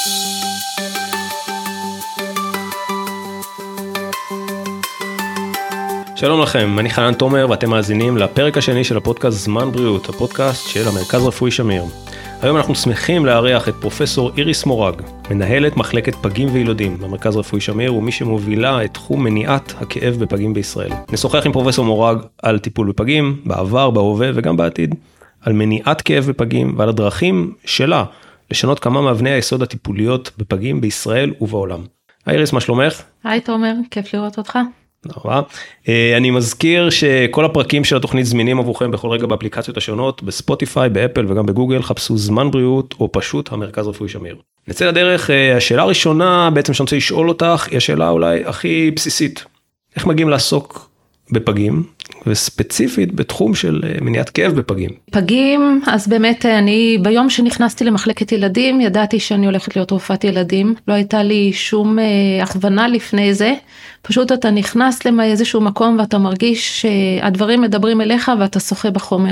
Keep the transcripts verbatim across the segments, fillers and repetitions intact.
שלום לכם, אני חנן תומר ואתם מאזינים לפרק השני של הפודקאסט זמן בריאות, הפודקאסט של המרכז רפואי שמיר. היום אנחנו שמחים לארח את פרופסור איריס מורג, מנהלת מחלקת פגים וילודים במרכז רפואי שמיר ומי שמובילה את תחום מניעת הכאב בפגים בישראל. נשוחח עם פרופסור מורג על טיפול בפגים, בעבר, בהווה וגם בעתיד, על מניעת כאב בפגים ועל הדרכים שלה לשנות כמה מאבני היסוד הטיפוליות בפגים בישראל ובעולם. היי איריס, מה שלומך? היי תומר, כיף לראות אותך. נורא. אני מזכיר שכל הפרקים של התוכנית זמינים עבורכם בכל רגע באפליקציות השונות, בספוטיפיי, באפל וגם בגוגל, חפשו זמן בריאות או פשוט המרכז רפואי שמיר. נצא לדרך, השאלה הראשונה בעצם שאני רוצה לשאול אותך, היא השאלה אולי הכי בסיסית. איך מגיעים לעסוק בפגים, וספציפית בתחום של מניעת כאב בפגים? פגים, אז באמת אני ביום שנכנסתי למחלקת ילדים, ידעתי שאני הולכת להיות רופאת ילדים, לא הייתה לי שום הכוונה לפני זה, פשוט אתה נכנס לאיזשהו מקום ואתה מרגיש שהדברים מדברים אליך ואתה שוחה בחומר.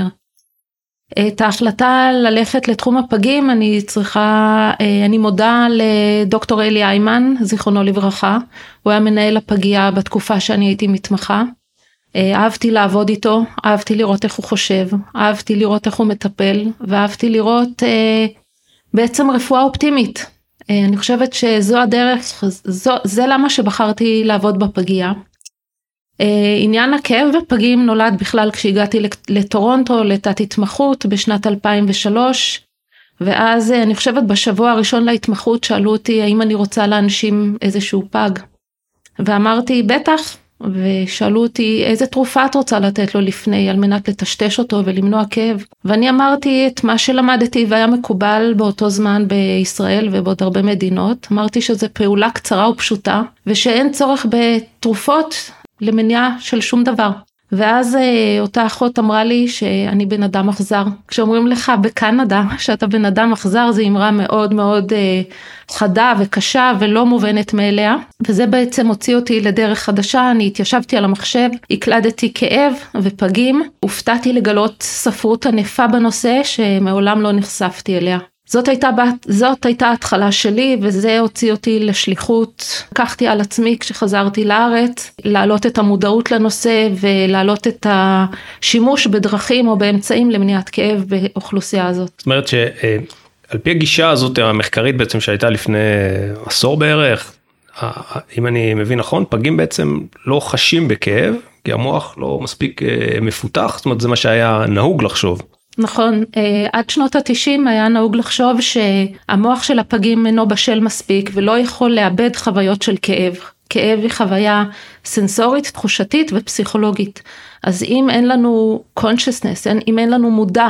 את ההחלטה ללכת לתחום הפגים אני צריכה, אני מודה לדוקטור אלי איימן, זיכרונו לברכה, הוא היה מנהל הפגייה בתקופה שאני הייתי מתמחה, אהבתי לעבוד איתו, אהבתי לראות איך הוא חושב, אהבתי לראות איך הוא מטפל, ואהבתי לראות אה, בעצם רפואה אופטימית. אה, אני חושבת שזו הדרך, זו, זה למה שבחרתי לעבוד בפגייה. אה, עניין הכאב בפגים נולד בכלל כשהגעתי לטורונטו, לתת התמחות בשנת אלפיים ושלוש, ואז אה, אני חושבת בשבוע הראשון להתמחות שאלו אותי האם אני רוצה להנשים איזשהו פג. ואמרתי בטח, ושאלו אותי איזה תרופה את רוצה לתת לו לפני על מנת לטשטש אותו ולמנוע כאב. ואני אמרתי את מה שלמדתי והיה מקובל באותו זמן בישראל ובעוד הרבה מדינות. אמרתי שזה פעולה קצרה ופשוטה ושאין צורך בתרופות למניעה של שום דבר. ואז אותה אחות אמרה לי שאני בן אדם אכזר. כשאומרים לך בקנדה שאתה בן אדם אכזר, זו אמרה מאוד מאוד חדה וקשה ולא מובנת מאליה. וזה בעצם הוציא אותי לדרך חדשה, אני התיישבתי על המחשב, הקלדתי כאב ופגים, הופתעתי לגלות ספרות ענפה בנושא שמעולם לא נחשפתי אליה. זאת הייתה, זאת הייתה התחלה שלי, וזה הוציא אותי לשליחות. לקחתי על עצמי כשחזרתי לארץ, להעלות את המודעות לנושא, ולהעלות את השימוש בדרכים או באמצעים למניעת כאב באוכלוסייה הזאת. זאת אומרת שעל פי הגישה הזאת המחקרית בעצם שהייתה לפני עשור בערך, אם אני מבין נכון, פגים בעצם לא חשים בכאב, כי המוח לא מספיק מפותח, זאת אומרת זה מה שהיה נהוג לחשוב. נכון, עד שנות ה-תשעים היה נהוג לחשוב שהמוח של הפגים אינו בשל מספיק ולא יכול לאבד חוויות של כאב. כאב היא חוויה סנסורית, תחושתית ופסיכולוגית. אז אם אין לנו consciousness, אם אין לנו מודע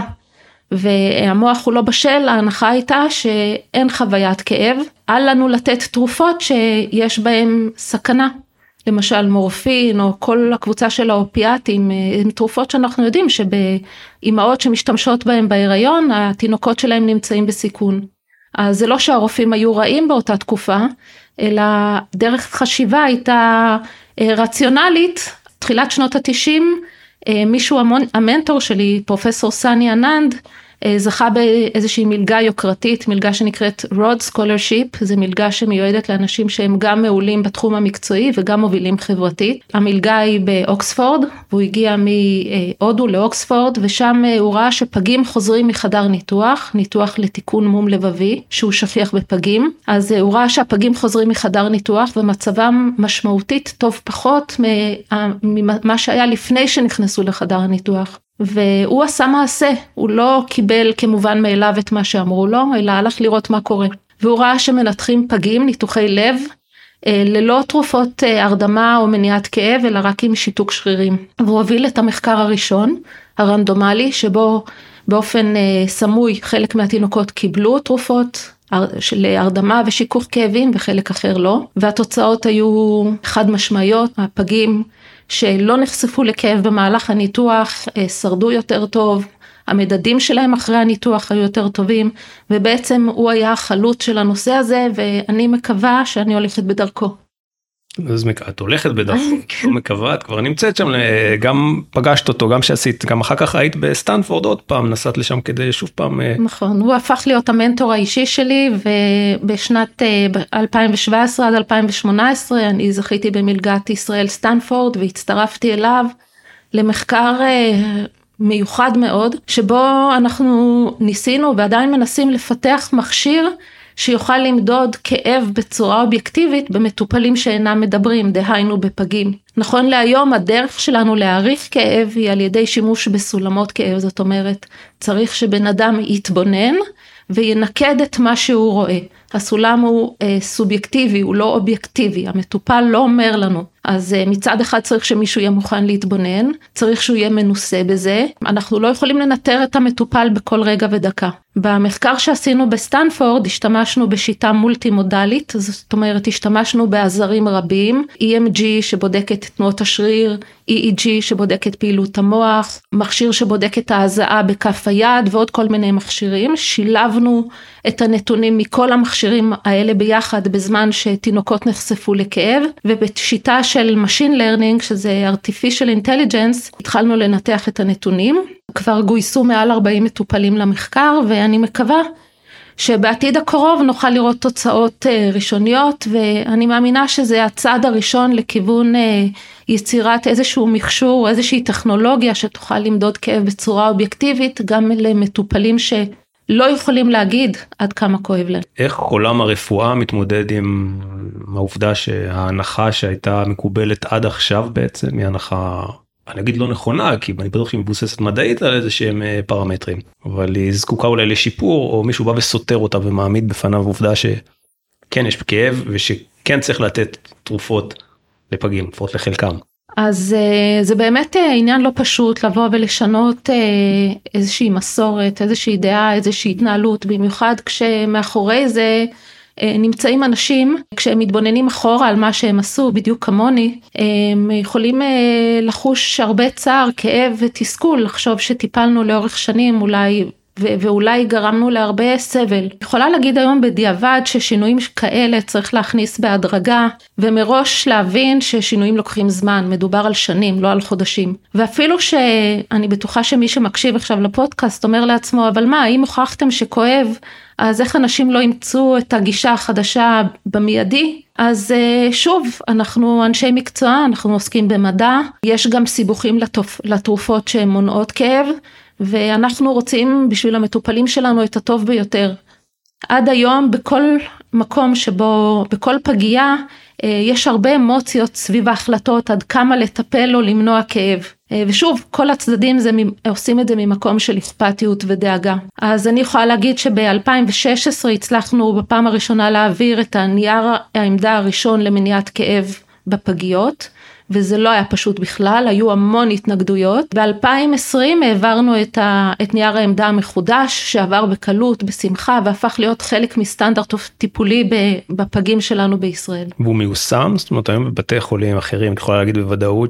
והמוח הוא לא בשל, ההנחה הייתה שאין חוויית כאב. אל לנו לתת תרופות שיש בהן סכנה. למשל מורפין או כל הקבוצה של האופיאטים, הן תרופות שאנחנו יודעים שבאימהות שמשתמשות בהן בהיריון, התינוקות שלהם נמצאים בסיכון. אז זה לא שהרופאים היו רעים באותה תקופה, אלא דרך חשיבה הייתה רציונלית. תחילת שנות ה-תשעים, מישהו, המנטור שלי, פרופסור סני אננד, זכה באיזושהי מלגה יוקרתית, מלגה שנקראת Rhodes Scholarship, זו מלגה שמיועדת לאנשים שהם גם מעולים בתחום המקצועי וגם מובילים חברתית. המלגה היא באוקספורד, והוא הגיע מהודו לאוקספורד, ושם הוא ראה שפגים חוזרים מחדר ניתוח, ניתוח לתיקון מום לבבי, שהוא שכיח בפגים. אז הוא ראה שהפגים חוזרים מחדר ניתוח, ומצבם משמעותית טוב פחות ממה שהיה לפני שנכנסו לחדר הניתוח. והוא עשה מעשה, הוא לא קיבל כמובן מאליו את מה שאמרו לו, אלא הלך לראות מה קורה. והוא ראה שמנתחים פגים, ניתוחי לב, ללא תרופות הרדמה או מניעת כאב, אלא רק עם שיתוק שרירים. והוא הוביל את המחקר הראשון, הרנדומלי, שבו באופן סמוי חלק מהתינוקות קיבלו תרופות של הרדמה ושיכוך כאבים, וחלק אחר לא. והתוצאות היו חד משמעיות, הפגים שלא נחשפו לכאב במהלך הניתוח, שרדו יותר טוב, המדדים שלהם אחרי הניתוח היו יותר טובים, ובעצם הוא היה החלוץ של הנושא הזה, ואני מקווה שאני הולכת בדרכו. אז את הולכת בדרך, לא מקווה, את כבר נמצאת שם, גם פגשת אותו, גם שעשית, גם אחר כך היית בסטנפורד עוד פעם, נסעת לשם כדי שוב פעם... נכון, הוא הפך להיות המנטור האישי שלי, ובשנת אלפיים שבע עשרה עד אלפיים שמונה עשרה, אני זכיתי במלגת ישראל סטנפורד, והצטרפתי אליו למחקר מיוחד מאוד, שבו אנחנו ניסינו ועדיין מנסים לפתח מכשיר, שיוכל למדוד כאב בצורה אובייקטיבית במטופלים שאינם מדברים, דהיינו בפגים. נכון להיום הדרך שלנו להעריך כאב היא על ידי שימוש בסולמות כאב, זאת אומרת צריך שבן אדם יתבונן וינקד את מה שהוא רואה. הסולם הוא אה, סובייקטיבי, הוא לא אובייקטיבי, המטופל לא אומר לנו. אז אה, מצד אחד צריך שמישהו יהיה מוכן להתבונן, צריך שהוא יהיה מנוסה בזה, אנחנו לא יכולים לנטר את המטופל בכל רגע ודקה. במחקר שעשינו בסטנפורד השתמשנו בשיטה מולטי מודלית, זאת אומרת השתמשנו בעזרים רבים, אי אם ג'י שבודק את תנועות השריר, אי אי ג'י שבודק את פעילות המוח, מכשיר שבודק את ההזעה בכף היד ועוד כל מיני מכשירים, שילבנו את הנתונים מכל המכשירים האלה ביחד בזמן שתינוקות נחשפו לכאב, ובשיטה של Machine Learning שזה Artificial Intelligence התחלנו לנתח את הנתונים, כבר גויסו מעל ארבעים מטופלים למחקר ואני מקווה שבעתיד הקרוב נוכל לראות תוצאות ראשוניות, ואני מאמינה שזה הצעד הראשון לכיוון יצירת איזשהו מכשור או איזושהי טכנולוגיה שתוכל למדוד כאב בצורה אובייקטיבית גם למטופלים שלא יכולים להגיד עד כמה כואב להם. איך עולם הרפואה מתמודד עם העובדה שההנחה שהייתה מקובלת עד עכשיו בעצם היא הנחה, אני אגיד לא נכונה, כי אני בטוח שהיא מבוססת מדעית על איזה שהם פרמטרים, אבל היא זקוקה אולי לשיפור, או מישהו בא וסותר אותה ומעמיד בפניו עובדה שכן יש כאב, ושכן צריך לתת תרופות לפגים, לפחות לחלקם. אז זה באמת עניין לא פשוט לבוא ולשנות איזושהי מסורת, איזושהי דעה, איזושהי התנהלות, במיוחד כשמאחורי זה נמצאים אנשים, כשהם מתבוננים אחורה על מה שהם עשו, בדיוק כמוני, הם יכולים לחוש הרבה צער, כאב ותסכול, לחשוב שטיפלנו לאורך שנים אולי, ו- ואולי גרמנו להרבה סבל. יכולה להגיד היום בדיעבד ששינויים כאלה צריך להכניס בהדרגה, ומראש להבין ששינויים לוקחים זמן, מדובר על שנים, לא על חודשים. ואפילו שאני בטוחה שמי שמקשיב עכשיו לפודקאסט אומר לעצמו, אבל מה, אם הוכחתם שכואב, אז איך אנשים לא ימצאו את הגישה החדשה במיידי? אז שוב, אנחנו אנשי מקצוע, אנחנו עוסקים במדע, יש גם סיבוכים לתופ... לתרופות שהן מונעות כאב, ואנחנו רוצים בשביל המטופלים שלנו את הטוב ביותר. עד היום בכל מקום שבו, בכל פגייה, יש הרבה אמוציות סביב ההחלטות עד כמה לטפל או למנוע כאב. ושוב, כל הצדדים זה, עושים את זה ממקום של אכפתיות ודאגה. אז אני יכולה להגיד שב-אלפיים ושש עשרה הצלחנו בפעם הראשונה להעביר את הנייר העמדה הראשון למניעת כאב בפגיות, וזה לא היה פשוט בכלל, היו המון התנגדויות. ב-אלפיים ועשרים העברנו את, ה, את נייר העמדה המחודש, שעבר בקלות, בשמחה, והפך להיות חלק מסטנדרט טיפולי בפגים שלנו בישראל. והוא מיושם? זאת אומרת, היום בבתי חולים אחרים, את יכולה להגיד בוודאות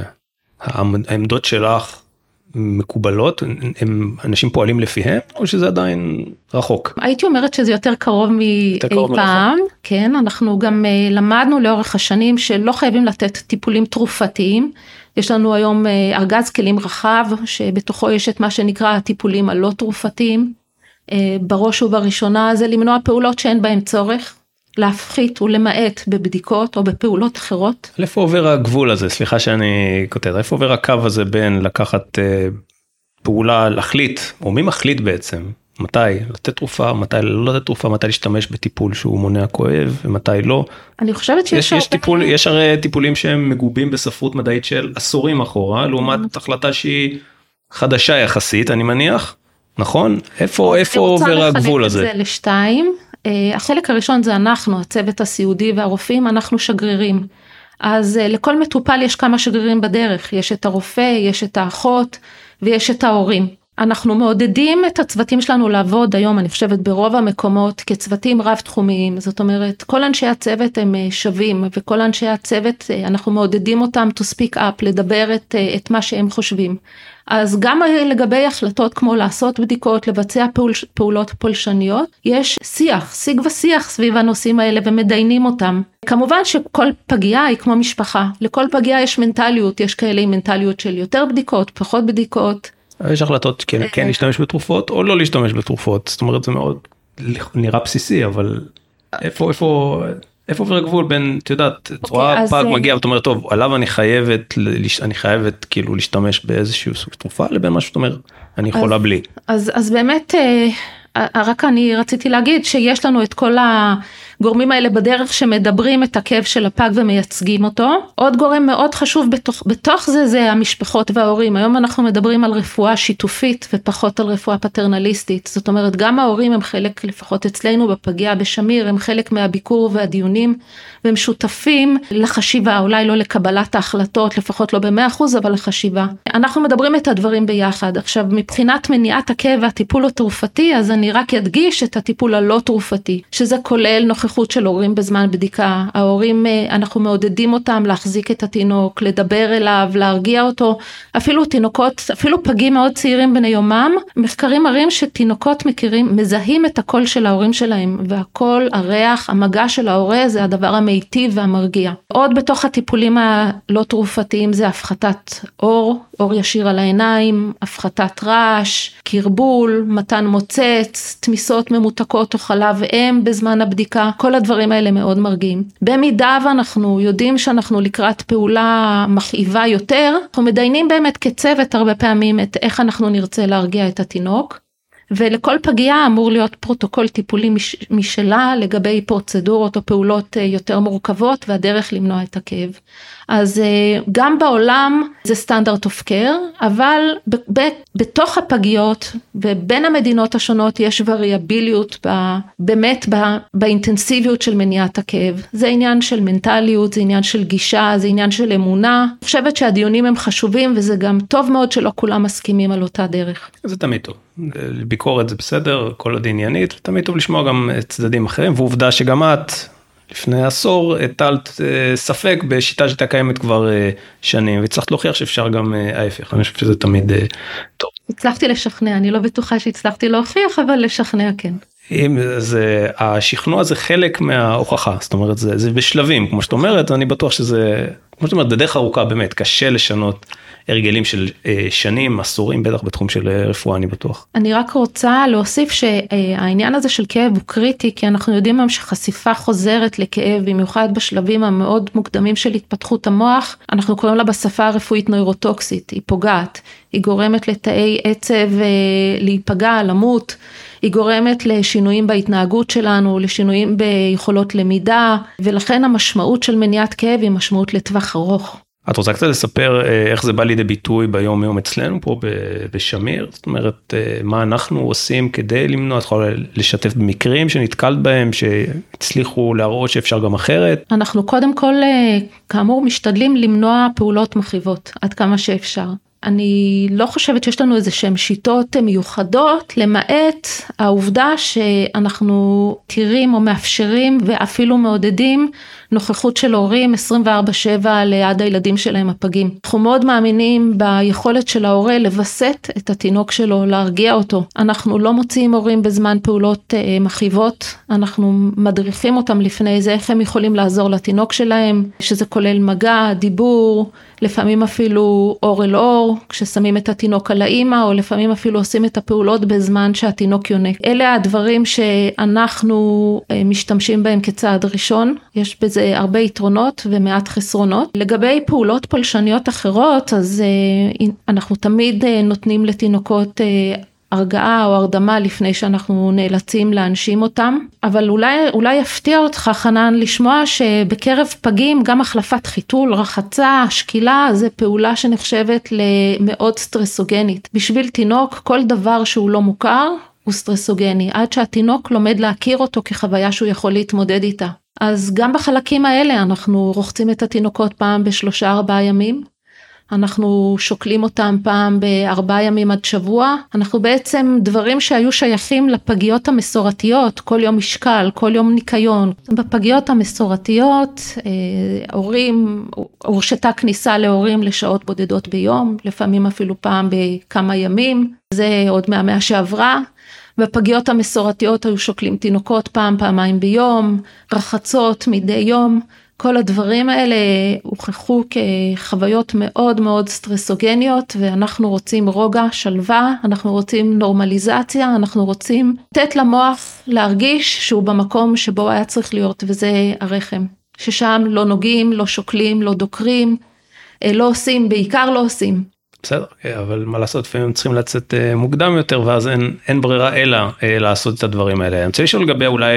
שהעמדות שלך מקובלות, הם, אנשים פועלים לפיהם, או שזה עדיין רחוק? הייתי אומרת שזה יותר קרוב מאי פעם, כן, אנחנו גם uh, למדנו לאורך השנים שלא חייבים לתת טיפולים תרופתיים, יש לנו היום uh, ארגז כלים רחב, שבתוכו יש את מה שנקרא הטיפולים הלא תרופתיים, uh, בראש ובראשונה זה למנוע פעולות שאין בהן צורך, להפחית ולמעט בבדיקות או בפעולות אחרות. איפה עובר הגבול הזה? סליחה שאני כותב, איפה עובר הקו הזה בין לקחת אה, פעולה, להחליט, או מי מחליט בעצם? מתי לתת תרופה, מתי לא לתת תרופה, מתי להשתמש בטיפול שהוא מונע כואב, ומתי לא? אני חושבת שיש... יש, יש, טיפול, יש הרי טיפולים שהם מגובים בספרות מדעית של עשורים אחורה, לעומת החלטה שהיא חדשה יחסית, אני מניח, נכון? איפה, איפה עובר הגבול הזה? אני רוצה לחלק את זה לשתיים. החלק הראשון זה אנחנו, הצוות הסיעודי והרופאים, אנחנו שגרירים. אז לכל מטופל יש כמה שגרירים בדרך, יש את הרופא, יש את האחות ויש את ההורים. אנחנו מעודדים את הצוותים שלנו לעבוד היום, אני חושבת ברוב המקומות, כצוותים רב תחומיים, זאת אומרת, כל אנשי הצוות הם שווים, וכל אנשי הצוות, אנחנו מעודדים אותם to speak up, לדבר את, את מה שהם חושבים. אז גם לגבי החלטות כמו לעשות בדיקות, לבצע פעול, פעולות פולשניות, יש שיח, שיג ושיח סביב הנושאים האלה ומדיינים אותם. כמובן שכל פגיעה היא כמו משפחה, לכל פגיעה יש מנטליות, יש כאלה עם מנטליות של יותר בדיקות, פחות בדיקות. יש החלטות כן, כן להשתמש בתרופות או לא להשתמש בתרופות, זאת אומרת זה מאוד נראה בסיסי, אבל איפה, איפה... איפה עובר הגבול בין, את יודעת, את רואה פג מגיע ואת אומרת, טוב, עליו אני חייבת, אני חייבת כאילו להשתמש באיזשהו סוג תרופה, לבין מה שאת אומרת, אני יכולה בלי. אז, אז באמת, רק אני רציתי להגיד שיש לנו את כל הגורמים האלה בדרך שמדברים את הכאב של הפג ומייצגים אותו. עוד גורם מאוד חשוב בתוך, בתוך זה, זה המשפחות וההורים. היום אנחנו מדברים על רפואה שיתופית ופחות על רפואה פטרנליסטית. זאת אומרת, גם ההורים הם חלק, לפחות אצלנו בפגיעה בשמיר, הם חלק מהביקור והדיונים, והם שותפים לחשיבה, אולי לא לקבלת ההחלטות, לפחות לא במאה אחוז, אבל לחשיבה. אנחנו מדברים את הדברים ביחד. עכשיו, מבחינת מניעת הכאב והטיפול התרופתי, אז אני רק אדגיש את הטיפול הלא תרופתי, שזה כולל נוכחות של הורים בזמן בדיקה. ההורים, אנחנו מעודדים אותם להחזיק את התינוק, לדבר אליו, להרגיע אותו. אפילו תינוקות, אפילו פגים מאוד צעירים בני יומם, מחקרים מראים שתינוקות מכירים, מזהים את הקול של ההורים שלהם, והקול, הריח, המגע של ההורה, זה הדבר המיטיב והמרגיע. עוד בתוך הטיפולים הלא תרופתיים זה הפחתת אור, אור ישיר על העיניים, הפחתת רעש, קרבול, מתן מוצץ, תמיסות ממותקות או חלב אם בזמן הבדיקה, כל הדברים האלה מאוד מרגיעים. במידה ואנחנו יודעים שאנחנו לקראת פעולה מכאיבה יותר, אנחנו מדיינים באמת כצוות הרבה פעמים את איך אנחנו נרצה להרגיע את התינוק, ולכל פגיעה אמור להיות פרוטוקול טיפולי מש, משלה לגבי פרוצדורות או פעולות יותר מורכבות והדרך למנוע את הכאב. אז גם בעולם זה סטנדרט אוף קר, אבל ב, ב, בתוך הפגיות ובין המדינות השונות יש וריאביליות ב, באמת ב, באינטנסיביות של מניעת הכאב. זה עניין של מנטליות, זה עניין של גישה, זה עניין של אמונה. אני חושבת שהדיונים הם חשובים וזה גם טוב מאוד שלא כולם מסכימים על אותה דרך. זה תמיד טוב. ביקורת זה בסדר, כל עוד עניינית, ותמיד טוב לשמוע גם צדדים אחרים, ועובדה שגם את, לפני עשור, הטלת ספק בשיטה שהייתה קיימת כבר שנים, והצלחת להוכיח שאפשר גם ההפך, אני חושב שזה תמיד טוב. הצלחתי לשכנע, אני לא בטוחה שהצלחתי להוכיח, אבל לשכנע כן. אם זה, השכנוע זה חלק מההוכחה, זאת אומרת, זה, זה בשלבים, כמו שאת אומרת, אני בטוח שזה, כמו שאת אומרת, זה דרך ארוכה, באמת, קשה לשנות הרגלים של שנים, עשורים, בטח בתחום של רפואה, אני בטוח. אני רק רוצה להוסיף שהעניין הזה של כאב הוא קריטי, כי אנחנו יודעים גם שחשיפה חוזרת לכאב, במיוחד בשלבים המאוד מוקדמים של התפתחות המוח, אנחנו קוראים לה בשפה הרפואית נוירוטוקסית, היא פוגעת, היא גורמת לתאי עצב להיפגע, למות, היא גורמת לשינויים בהתנהגות שלנו, לשינויים ביכולות למידה, ולכן המשמעות של מניעת כאב היא משמעות לטווח ארוך. את רוצה קצת לספר איך זה בא לידי ביטוי ביום יום אצלנו פה בשמיר? זאת אומרת, מה אנחנו עושים כדי למנוע, את יכולה לשתף במקרים שנתקלת בהם, שהצליחו להראות שאפשר גם אחרת? אנחנו קודם כל, כאמור, משתדלים למנוע פעולות מכאיבות, עד כמה שאפשר. אני לא חושבת שיש לנו איזה שהן שיטות מיוחדות, למעט העובדה שאנחנו תירים או מאפשרים ואפילו מעודדים נוכחות של הורים עשרים וארבע שבע ליד הילדים שלהם הפגים. אנחנו מאוד מאמינים ביכולת של ההורה לבסט את התינוק שלו, להרגיע אותו. אנחנו לא מוציאים הורים בזמן פעולות אה, מכאיבות, אנחנו מדריכים אותם לפני זה, איך הם יכולים לעזור לתינוק שלהם, שזה כולל מגע, דיבור, לפעמים אפילו אור אל אור, כששמים את התינוק על האמא, או לפעמים אפילו עושים את הפעולות בזמן שהתינוק יונק. אלה הדברים שאנחנו אה, משתמשים בהם כצעד ראשון, יש בזה זה הרבה יתרונות ומעט חסרונות. לגבי פעולות פולשניות אחרות, אז אנחנו תמיד נותנים לתינוקות הרגעה או הרדמה לפני שאנחנו נאלצים להנשים אותם. אבל אולי, אולי יפתיע אותך חנן לשמוע שבקרב פגים גם החלפת חיתול, רחצה, שקילה, זה פעולה שנחשבת למאוד סטרסוגנית. בשביל תינוק כל דבר שהוא לא מוכר הוא סטרסוגני, עד שהתינוק לומד להכיר אותו כחוויה שהוא יכול להתמודד איתה. אז גם בחלקים האלה אנחנו רוחצים את התינוקות פעם בשלושה ארבעה ימים, אנחנו שוקלים אותם פעם בארבעה ימים עד שבוע, אנחנו בעצם דברים שהיו שייכים לפגיות המסורתיות, כל יום משקל, כל יום ניקיון. בפגיות המסורתיות, הורים, הורשתה כניסה להורים לשעות בודדות ביום, לפעמים אפילו פעם בכמה ימים, זה עוד מהמאה שעברה. בפגיות המסורתיות היו שוקלים תינוקות פעם, פעמיים ביום, רחצות מדי יום, כל הדברים האלה הוכחו כחוויות מאוד מאוד סטרסוגניות, ואנחנו רוצים רוגע, שלווה, אנחנו רוצים נורמליזציה, אנחנו רוצים לתת למוח להרגיש שהוא במקום שבו היה צריך להיות, וזה הרחם. ששם לא נוגעים, לא שוקלים, לא דוקרים, לא עושים, בעיקר לא עושים. בסדר, אבל מה לעשות, לפעמים צריכים לצאת מוקדם יותר, ואז אין, אין ברירה אלא לעשות את הדברים האלה. אני רוצה לשאול לגבי אולי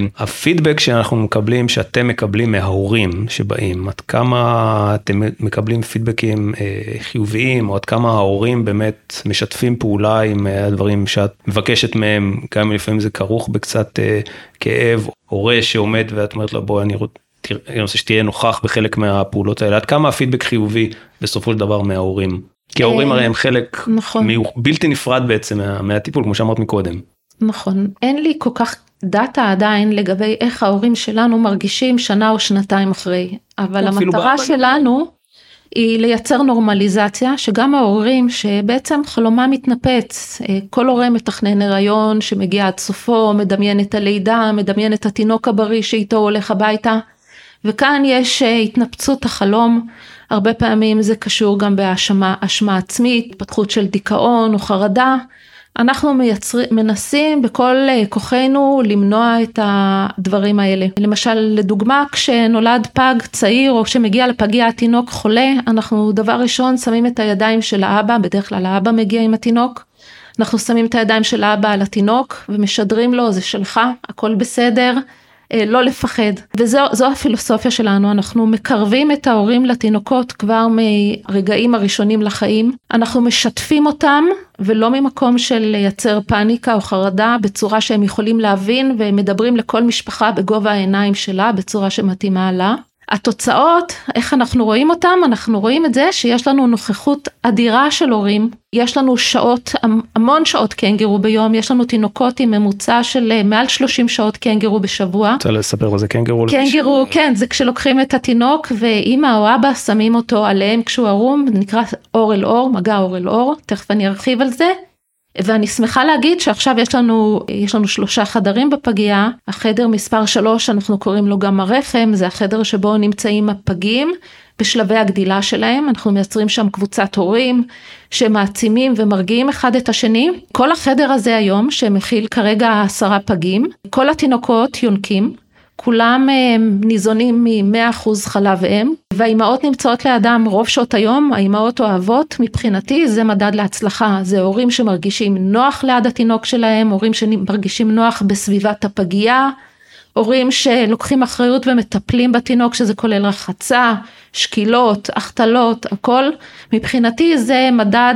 הפידבק שאנחנו מקבלים, שאתם מקבלים מההורים שבאים, עד כמה אתם מקבלים פידבקים חיוביים, או עד כמה ההורים באמת משתפים פעולה עם הדברים שאת מבקשת מהם, גם לפעמים זה כרוך בקצת כאב, הורה שעומד ואת אומרת לו, בוא, אני רוצה, אני רוצה שתהיה נוכח בחלק מהפעולות האלה, עד כמה הפידבק חיובי בסופו של דבר מההורים? כי ההורים הרי הם חלק נכון. בלתי נפרד בעצם מה, מהטיפול, כמו שאמרת מקודם. נכון. אין לי כל כך דאטה עדיין לגבי איך ההורים שלנו מרגישים שנה או שנתיים אחרי. אבל המטרה בא... שלנו היא לייצר נורמליזציה, שגם ההורים שבעצם חלומה מתנפץ, כל הורה מתכנן הריון שמגיע עד סופו, מדמיין את הלידה, מדמיין את התינוק הבריא שאיתו הולך הביתה, וכאן יש התנפצות החלום, הרבה פעמים זה קשור גם בהאשמה, אשמה עצמית, התפתחות של דיכאון או חרדה. אנחנו מייצר, מנסים בכל כוחנו למנוע את הדברים האלה. למשל, לדוגמה, כשנולד פג צעיר או כשמגיע לפגייה התינוק חולה, אנחנו דבר ראשון שמים את הידיים של האבא, בדרך כלל האבא מגיע עם התינוק, אנחנו שמים את הידיים של האבא על התינוק ומשדרים לו, זה שלך, הכל בסדר, לא לפחד. וזו הפילוסופיה שלנו, אנחנו מקרבים את ההורים לתינוקות כבר מרגעים הראשונים לחיים, אנחנו משתפים אותם ולא ממקום של לייצר פאניקה או חרדה, בצורה שהם יכולים להבין ומדברים לכל משפחה בגובה העיניים שלה, בצורה שמתאימה לה. התוצאות, איך אנחנו רואים אותם? אנחנו רואים את זה שיש לנו נוכחות אדירה של הורים, יש לנו שעות, המון שעות קנגרו ביום, יש לנו תינוקות עם ממוצע של מעל שלושים שעות קנגרו בשבוע. רוצה לספר מה זה קנגרו? קנגרו, כן, זה כשלוקחים את התינוק ואמא או אבא שמים אותו עליהם כשהוא ערום, נקרא אור אל אור, מגע אור אל אור, תכף אני ארחיב על זה. ואני שמחה להגיד שעכשיו יש לנו, יש לנו שלושה חדרים בפגייה, החדר מספר שלוש, אנחנו קוראים לו גם הרחם, זה החדר שבו נמצאים הפגים, בשלבי הגדילה שלהם, אנחנו מייצרים שם קבוצת הורים, שמעצימים ומרגיעים אחד את השני, כל החדר הזה היום, שמכיל כרגע עשרה פגים, כל התינוקות יונקים, כולם ניזונים מ-מאה אחוז חלב אם, והאימהות נמצאות לידם רוב שעות היום, האימהות אוהבות, מבחינתי זה מדד להצלחה, זה הורים שמרגישים נוח ליד התינוק שלהם, הורים שמרגישים נוח בסביבת הפגייה, הורים שלוקחים אחריות ומטפלים בתינוק, שזה כולל רחצה, שקילות, החתלות, הכל, מבחינתי זה מדד,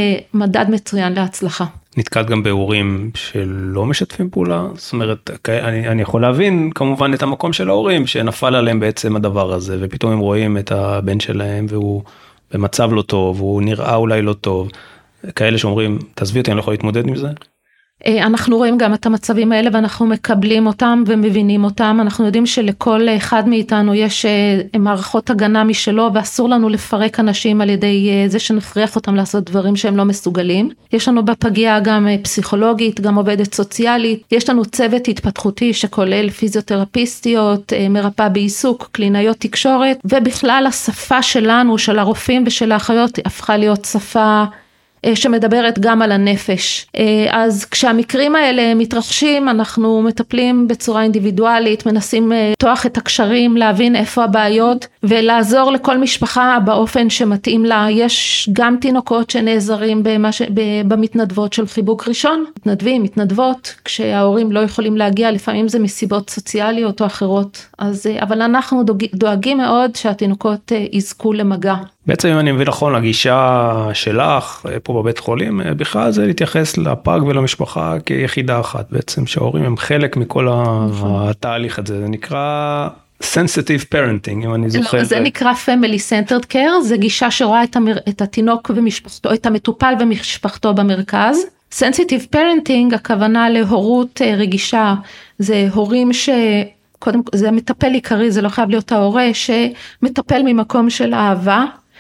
מדד מצוין להצלחה. נתקלת גם בהורים שלא משתפים פעולה, זאת אומרת, אני, אני יכול להבין כמובן את המקום של ההורים, שנפל עליהם בעצם הדבר הזה, ופתאום הם רואים את הבן שלהם, והוא במצב לא טוב, והוא נראה אולי לא טוב, כאלה שאומרים, תעזבי אותי, אני לא יכול להתמודד עם זה. אנחנו רואים גם את המצבים האלה ואנחנו מקבלים אותם ומבינים אותם, אנחנו יודעים שלכל אחד מאיתנו יש מערכות הגנה משלו ואסור לנו לפרק אנשים על ידי זה שנכריח אותם לעשות דברים שהם לא מסוגלים. יש לנו בפגייה גם פסיכולוגית, גם עובדת סוציאלית, יש לנו צוות התפתחותי שכולל פיזיותרפיסטיות, מרפאה בעיסוק, קלינאיות תקשורת, ובכלל השפה שלנו, של הרופאים ושל האחיות, הפכה להיות שפה שמדברת גם על הנפש. אז כשהמקרים האלה מתרחשים, אנחנו מטפלים בצורה אינדיבידואלית, מנסים לפתוח את הקשרים, להבין איפה הבעיות, ולעזור לכל משפחה באופן שמתאים לה. יש גם תינוקות שנעזרים במש... במתנדבות של חיבוק ראשון, מתנדבים, מתנדבות, כשההורים לא יכולים להגיע, לפעמים זה מסיבות סוציאליות או אחרות. אז, אבל אנחנו דואג... דואגים מאוד שהתינוקות יזכו למגע. בעצם אם אני מבין נכון, הגישה שלך פה בבית חולים, בכלל זה להתייחס לפג ולמשפחה כיחידה אחת, בעצם שההורים הם חלק מכל התהליך הזה, זה נקרא sensitive parenting, אם אני זוכר. זה נקרא family centered care, זה גישה שרואה את, המר... את התינוק ומשפחתו, את המטופל ומשפחתו במרכז. sensitive parenting, הכוונה להורות רגישה, זה הורים ש... קודם כל, זה מטפל עיקרי, זה לא חייב להיות ההורה, שמטפל ממקום של אהבה,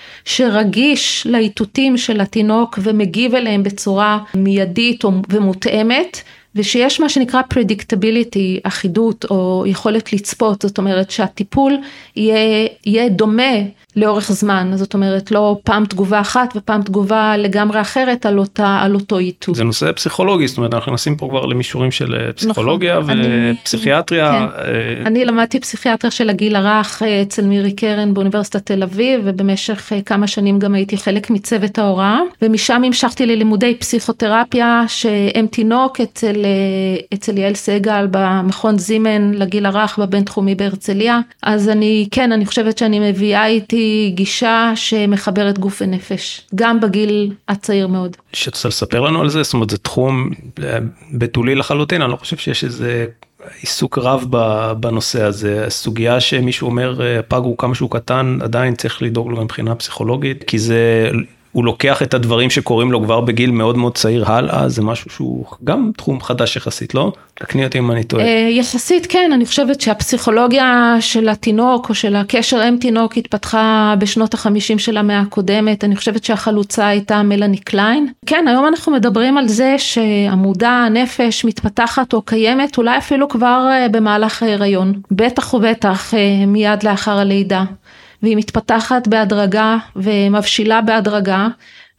שרגיש לאיתותים של התינוק ומגיב אליהם בצורה מיידית ומותאמת, ושיש מה שנקרא predictability, אחידות או יכולת לצפות, זאת אומרת שהטיפול יהיה, יהיה דומה לאורך זמן, זאת אומרת לא פעם תגובה אחת ופעם תגובה לגמרי אחרת על, אותה, על אותו איתות. זה נושא פסיכולוגי, זאת אומרת אנחנו נשים פה כבר למישורים של פסיכולוגיה נכון, ופסיכיאטריה. כן. אה... אני למדתי פסיכיאטריה של הגיל הרך אצל מירי קרן באוניברסיטת תל אביב, ובמשך כמה שנים גם הייתי חלק מצוות ההוראה, ומשם המשכתי ללימודי פסיכותרפיה שהם תינוק אצל, אצל יעל סגל במכון זימן לגיל הרך בבין תחומי בהרצליה, אז אני כן, אני חושבת שאני מביאה איתי גישה שמחברת גוף ונפש, גם בגיל הצעיר מאוד. שתרצה לספר לנו על זה? זאת אומרת, זה תחום בתולי לחלוטין, אני לא חושב שיש איזה עיסוק רב בנושא הזה, הסוגיה שמישהו אומר, פג הוא כמה שהוא קטן, עדיין צריך לדאוג לו מבחינה פסיכולוגית, כי זה... הוא לוקח את הדברים שקוראים לו כבר בגיל מאוד מאוד צעיר הלאה, זה משהו שהוא גם תחום חדש יחסית, לא? תקני אותי אם אני טועה. יחסית כן, אני חושבת שהפסיכולוגיה של התינוק או של הקשר אם תינוק התפתחה בשנות החמישים של המאה הקודמת, אני חושבת שהחלוצה הייתה מלאני קליין. כן, היום אנחנו מדברים על זה שהמודע הנפש מתפתחת או קיימת, אולי אפילו כבר במהלך ההיריון, בטח ובטח מיד לאחר הלידה. והיא מתפתחת בהדרגה ומבשילה בהדרגה,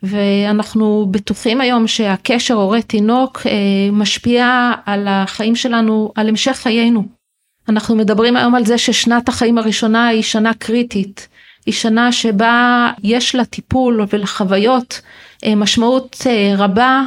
ואנחנו בטוחים היום שהקשר הורה תינוק משפיע על החיים שלנו, על המשך חיינו. אנחנו מדברים היום על זה ששנת החיים הראשונה היא שנה קריטית, היא שנה שבה יש לה טיפול ולחוויות משמעות רבה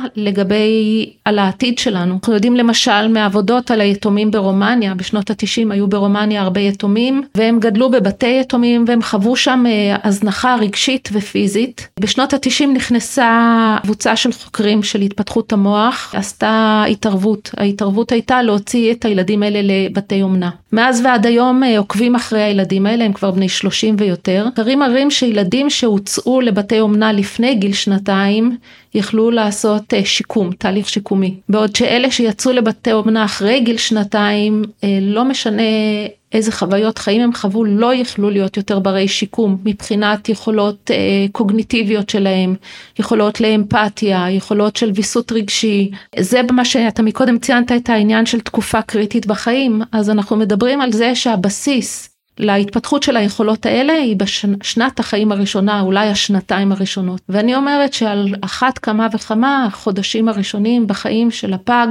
לגבי על העתיד שלנו. אנחנו יודעים למשל מעבודות על היתומים ברומניה, בשנות ה-תשעים היו ברומניה הרבה יתומים, והם גדלו בבתי יתומים, והם חוו שם הזנחה רגשית ופיזית. בשנות ה-תשעים נכנסה קבוצה של חוקרים של התפתחות המוח, עשתה התערבות. ההתערבות הייתה להוציא את הילדים האלה לבתי אומנה. מאז ועד היום עוקבים אחרי הילדים האלה, הם כבר בני שלושים ויותר. מחקרים מראים שילדים שהוצאו לבתי אומנה לפני גיל שנתיים, יכלו לעשות שיקום, תהליך שיקומי. בעוד שאלה שיצאו לבתי אומנה אחרי גיל שנתיים, לא משנה איזה חוויות חיים הם חוו, לא יכלו להיות יותר ברי שיקום, מבחינת יכולות קוגניטיביות שלהם, יכולות לאמפתיה, יכולות של ויסות רגשי. זה במה שאתה מקודם ציינת את העניין של תקופה קריטית בחיים, אז אנחנו מדברים על זה שהבסיס להתפתחות של היכולות האלה היא בשנת החיים הראשונה, אולי השנתיים הראשונות. ואני אומרת שעל אחת כמה וכמה החודשים הראשונים בחיים של הפג,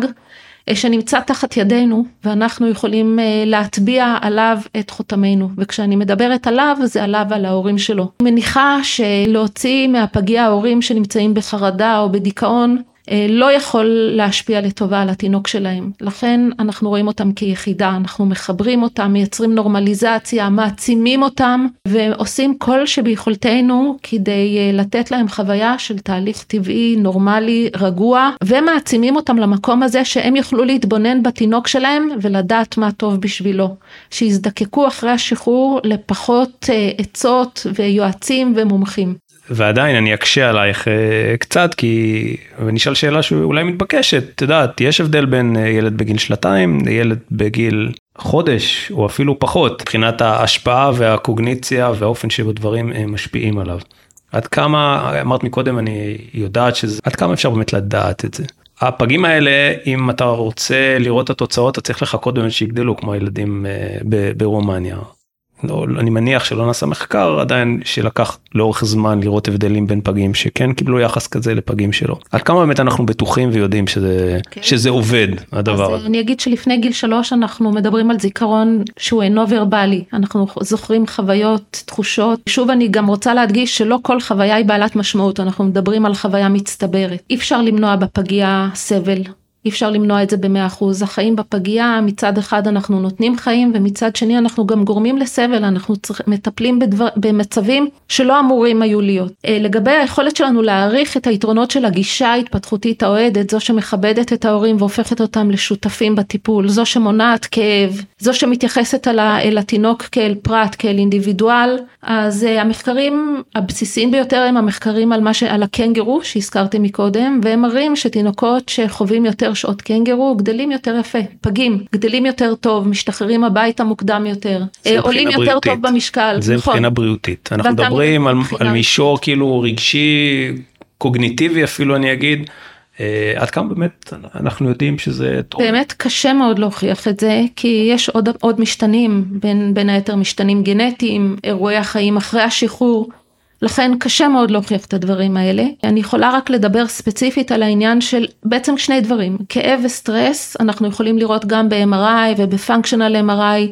שנמצא תחת ידינו, ואנחנו יכולים להטביע עליו את חותמנו. וכשאני מדברת עליו, זה עליו על ההורים שלו. אני מניחה שלהוציא מהפגיע ההורים שנמצאים בחרדה או בדיכאון, לא יכול להשפיע לטובה על התינוק שלהם. לכן אנחנו רואים אותם כיחידה, אנחנו מחברים אותם, מייצרים נורמליזציה, מעצימים אותם, ועושים כל שביכולתנו כדי לתת להם חוויה של תהליך טבעי, נורמלי, רגוע, ומעצימים אותם למקום הזה שהם יוכלו להתבונן בתינוק שלהם ולדעת מה טוב בשבילו. שיזדקקו אחרי השחרור לפחות עצות ויועצים ומומחים. ועדיין אני אקשה עלייך קצת, כי ונשאל שאלה שאולי מתבקשת, אתה יודעת, יש הבדל בין ילד בגיל שנתיים, לילד בגיל חודש, או אפילו פחות, מבחינת ההשפעה והקוגניציה, והאופן שבו דברים משפיעים עליו. עד כמה, אמרת מקודם, אני יודעת שזה, עד כמה אפשר באמת לדעת את זה. הפגים האלה, אם אתה רוצה לראות את התוצאות, אתה צריך לחכות באמת שיגדלו, כמו הילדים ברומניה. לא, אני מניח שלא נעשה מחקר עדיין שלקח לאורך זמן לראות הבדלים בין פגים שכן קיבלו יחס כזה לפגים שלו. עד כמה באמת אנחנו בטוחים ויודעים שזה, okay. שזה עובד הדבר הזה? אני אגיד שלפני גיל שלוש אנחנו מדברים על זיכרון שהוא אינו ורבלי. אנחנו זוכרים חוויות, תחושות. שוב אני גם רוצה להדגיש שלא כל חוויה היא בעלת משמעות. אנחנו מדברים על חוויה מצטברת. אי אפשר למנוע בפגיעה סבל. אי אפשר למנוע את זה במאה אחוז. החיים בפגייה, מצד אחד אנחנו נותנים חיים, ומצד שני אנחנו גם גורמים לסבל, אנחנו צריכים, מטפלים בדבר, במצבים שלא אמורים היו להיות. לגבי היכולת שלנו להעריך את היתרונות של הגישה ההתפתחותית האוהדת, זו שמכבדת את ההורים והופכת אותם לשותפים בטיפול, זו שמונעת כאב, זו שמתייחסת אל, אל התינוק כאל פרט, כאל אינדיבידואל. אז המחקרים הבסיסיים ביותר הם המחקרים על, מה ש, על הקנגרו שהזכרתי מקודם, והם מראים שתינוקות שחווים יותר שעות קנגרו גדלים יותר יפה, פגים, גדלים יותר טוב, משתחררים הביתה מוקדם יותר, עולים יותר בריאותית. טוב במשקל. זה נכון. מבחינה בריאותית. אנחנו מדברים על, על מישור כאילו רגשי, קוגניטיבי אפילו אני אגיד, עד כמה באמת אנחנו יודעים שזה טוב? באמת קשה מאוד להוכיח את זה, כי יש עוד, עוד משתנים, בין, בין היתר משתנים גנטיים, אירועי החיים אחרי השחרור, לכן קשה מאוד להוכיח את הדברים האלה. אני יכולה רק לדבר ספציפית על העניין של בעצם שני דברים, כאב וסטרס, אנחנו יכולים לראות גם ב-אם אר איי ובפונקשיונל אם אר איי,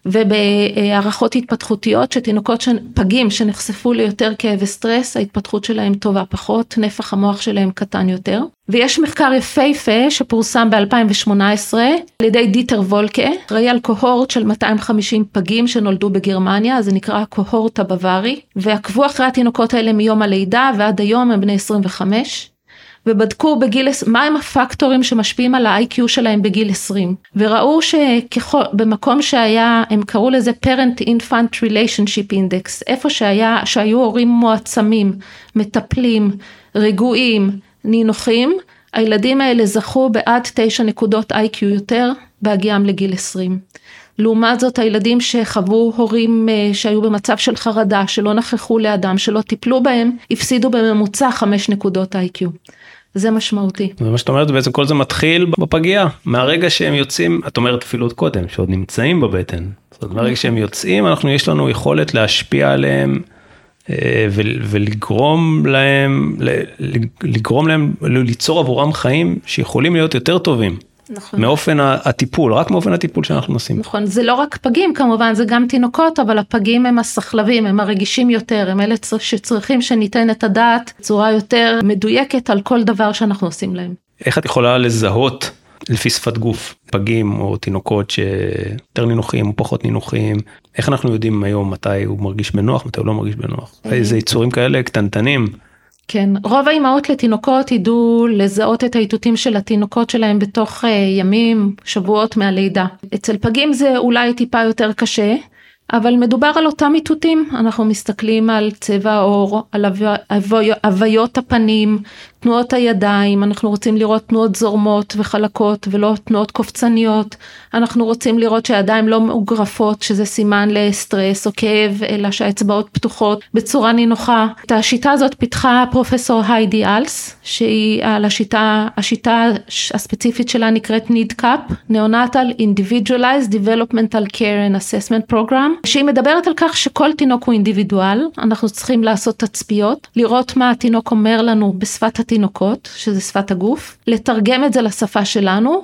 ובהערכות התפתחותיות שתינוקות פגים שנחשפו ליותר כאב וסטרס, ההתפתחות שלהם טובה פחות, נפח המוח שלהם קטן יותר. ויש מחקר יפהפה שפורסם ב-אלפיים ושמונה עשרה על ידי דיטר וולקה, אחראי על קוהורט של מאתיים וחמישים פגים שנולדו בגרמניה, זה נקרא הקוהורט הבווארי, ועקבו אחרי התינוקות האלה מיום הלידה ועד היום הם בני עשרים וחמש. ובדקו בגיל, מהם הפקטורים שמשפיעים על ה-איי קיו שלהם בגיל עשרים, וראו שבמקום שהיה, הם קראו לזה Parent-Infant Relationship Index, איפה שהיה, שהיו הורים מועצמים, מטפלים, רגועים, נינוחים, הילדים האלה זכו בעד תשע נקודות איי קיו יותר, בהגיעם לגיל עשרים. לעומת זאת, הילדים שחוו הורים שהיו במצב של חרדה, שלא נכחו לאדם, שלא טיפלו בהם, הפסידו בממוצע חמש נקודות איי קיו. זה משמעותי. זה מה שאת אומרת, בעצם כל זה מתחיל בפגייה, מהרגע שהם יוצאים, את אומרת אפילו עוד קודם, שעוד נמצאים בבטן, זאת אומרת, מהרגע שהם יוצאים, אנחנו יש לנו יכולת להשפיע עליהם, ולגרום להם, לגרום להם, ליצור עבורם חיים שיכולים להיות יותר טובים. נכון. מאופן הטיפול, רק מאופן הטיפול שאנחנו עושים. נכון, זה לא רק פגים כמובן, זה גם תינוקות, אבל הפגים הם הסחלבים, הם הרגישים יותר, הם אלה שצריכים שניתן את הדעת בצורה יותר מדויקת על כל דבר שאנחנו עושים להם. איך את יכולה לזהות לפי שפת גוף, פגים או תינוקות שיותר נינוחים או פחות נינוחים, איך אנחנו יודעים היום מתי הוא מרגיש בנוח, מתי הוא לא מרגיש בנוח? איזה יצורים כאלה קטנטנים. כן, רוב האימהות לתינוקות ידעו לזהות את האיתותים של התינוקות שלהם בתוך ימים, שבועות מהלידה. אצל פגים זה אולי טיפה יותר קשה, אבל מדובר על אותם איתותים, אנחנו מסתכלים על צבע העור, על הוויות הפנים, תנועות הידיים, אנחנו רוצים לראות תנועות זורמות וחלקות ולא תנועות קופצניות, אנחנו רוצים לראות שהידיים לא מאוגרפות, שזה סימן לסטרס או כאב, אלא שהאצבעות פתוחות בצורה נינוחה. את השיטה הזאת פיתחה פרופסור היידי אלס, שהיא על השיטה, השיטה הספציפית שלה נקראת נידקאפ, Neonatal Individualized Developmental Care and Assessment Program, שהיא מדברת על כך שכל תינוק הוא אינדיבידואל, אנחנו צריכים לעשות תצפיות, לראות מה התינוק אומר לנו בשפת התינוקות, שזה שפת הגוף, לתרגם את זה לשפה שלנו,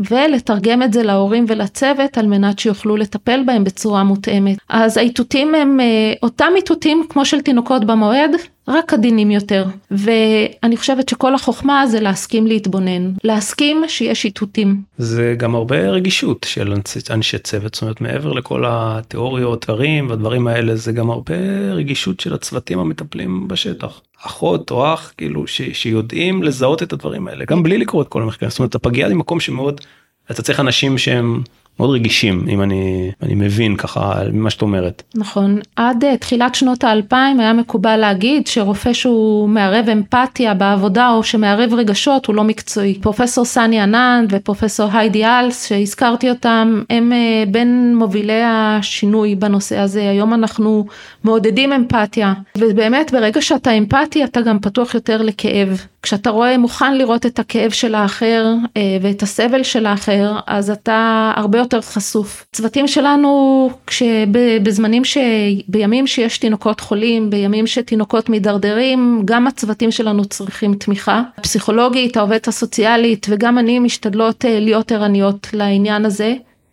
ולתרגם את זה להורים ולצוות, על מנת שיוכלו לטפל בהם בצורה מותאמת. אז האיתותים הם אותם איתותים כמו של תינוקות במועד, רק עדינים יותר. ואני חושבת שכל החוכמה זה להסכים להתבונן, להסכים שיש איתותים. זה גם הרבה רגישות של אנשי צוות, זאת אומרת מעבר לכל התיאוריות, דברים והדברים האלה, זה גם הרבה רגישות של הצוותים המטפלים בשטח. אחות או אח, כאילו, ש, שיודעים לזהות את הדברים האלה, גם בלי לקרוא את כל המחקרים. זאת אומרת, הפגיעה היא מקום שמאוד, אתה צריך אנשים שהם מאוד רגישים, אם אני, אני מבין ככה, ממה שאת אומרת. נכון. עד תחילת שנות האלפיים היה מקובל להגיד שרופא שהוא מערב אמפתיה בעבודה, או שמערב רגשות, הוא לא מקצועי. פרופסור סני אננד ופרופסור היידי אלס, שהזכרתי אותם, הם בין מובילי השינוי בנושא הזה. היום אנחנו מעודדים אמפתיה, ובאמת ברגע שאתה אמפתי, אתה גם פתוח יותר לכאב. כשאתה רואה, מוכן לראות את הכאב של האחר, ואת הסבל של האחר, אז אתה הרבה יותר חשוף. צוותים שלנו, בזמנים ש... בימים שיש תינוקות חולים, בימים שתינוקות מדרדרים, גם הצוותים שלנו צריכים תמיכה. הפסיכולוגית, העובדת הסוציאלית, וגם אני משתדלות להיות ערניות לעניין הזה.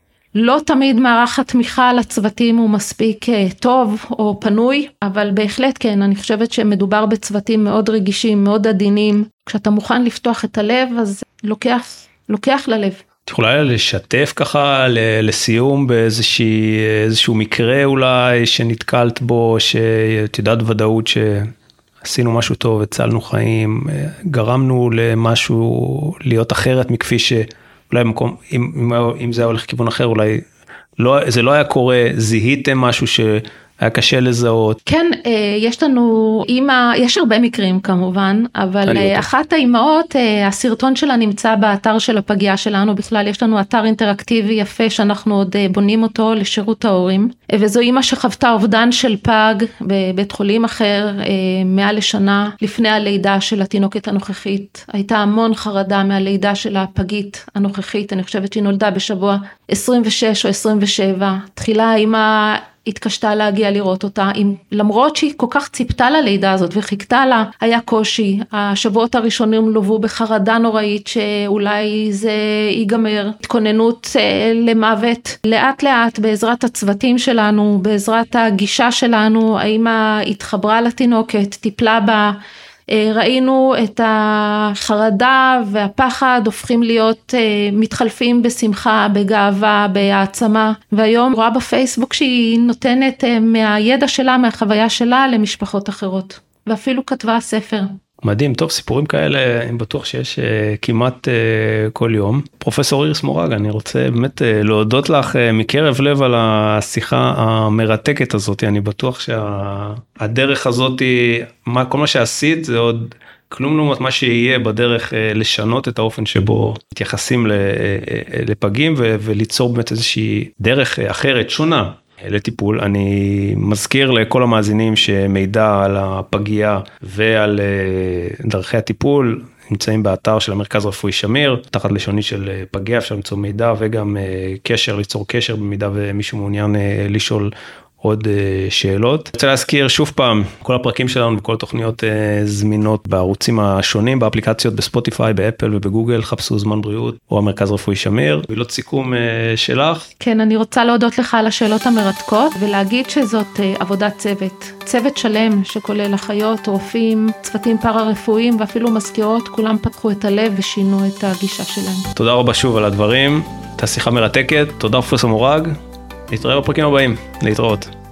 לא תמיד מערך התמיכה לצוותים הוא מספיק טוב או פנוי, אבל בהחלט כן, אני חושבת שמדובר בצוותים מאוד רגישים, מאוד עדינים. כשאתה מוכן לפתוח את הלב, אז לוקח לוקח ללב. את יכולה לשתף ככה לסיום באיזשהו מקרה אולי שנתקלת בו, שאת יודעת ודאות שעשינו משהו טוב, הצלנו חיים, גרמנו למשהו להיות אחרת מכפי שאולי במקום, אם, אם, אם זה היה הולך כיוון אחר, אולי לא, זה לא היה קורה, זיהיתם משהו ש... היה קשה לזהות. כן, יש לנו אימא, יש הרבה מקרים כמובן, אבל אחת האימהות, הסרטון שלה נמצא באתר של הפגייה שלנו, בכלל יש לנו אתר אינטראקטיבי יפה שאנחנו עוד בונים אותו לשירות ההורים, וזו אימא שחוותה אובדן של פג בבית חולים אחר, מעל לשנה לפני הלידה של התינוקת הנוכחית, הייתה המון חרדה מהלידה של הפגית הנוכחית, אני חושבת שהיא נולדה בשבוע עשרים ושש או עשרים ושבע, תחילה האימא התקשתה להגיע לראות אותה, למרות שהיא כל כך ציפתה ללידה הזאת וחיכתה לה, היה קושי, השבועות הראשונים לובו בחרדה נוראית שאולי זה ייגמר, התכוננות למוות, לאט לאט בעזרת הצוותים שלנו, בעזרת הגישה שלנו, האמא התחברה לתינוקת, טיפלה בה, ראינו את החרדה והפחד הופכים להיות מתחלפים בשמחה, בגאווה, בהעצמה, והיום רואה בפייסבוק שהיא נותנת מהידע שלה, מהחוויה שלה למשפחות אחרות, ואפילו כתבה ספר. מדהים, טוב, סיפורים כאלה, אני בטוח שיש uh, כמעט uh, כל יום. פרופסור איריס מורג, אני רוצה באמת uh, להודות לך uh, מקרב לב על השיחה המרתקת הזאת, אני בטוח שהדרך שה... הזאת, מה, כל מה שעשית זה עוד כלום לעומת מה שיהיה בדרך uh, לשנות את האופן שבו מתייחסים לפגים ו- וליצור באמת איזושהי דרך אחרת, שונה. לטיפול. אני מזכיר לכל המאזינים שמידע על הפגייה ועל דרכי הטיפול נמצאים באתר של המרכז רפואי שמיר, תחת לשוני של פגייה אפשר למצוא מידע וגם קשר, ליצור קשר במידה ומישהו מעוניין לשאול עוד שאלות. אני רוצה להזכיר שוב פעם, כל הפרקים שלנו וכל התוכניות זמינות בערוצים השונים, באפליקציות בספוטיפיי, באפל ובגוגל, חפשו זמן בריאות או המרכז רפואי שמיר. מילות סיכום שלך. כן, אני רוצה להודות לך על השאלות המרתקות ולהגיד שזאת עבודת צוות. צוות שלם שכולל אחיות, רופאים, צוותים פארה-רפואיים ואפילו מזכירות, כולם פתחו את הלב ושינו את הגישה שלהם. תודה רבה שוב על הדברים. הייתה שיחה מרתקת. תודה פרופסור מורג. נתראה בפרקים הבאים, להתראות.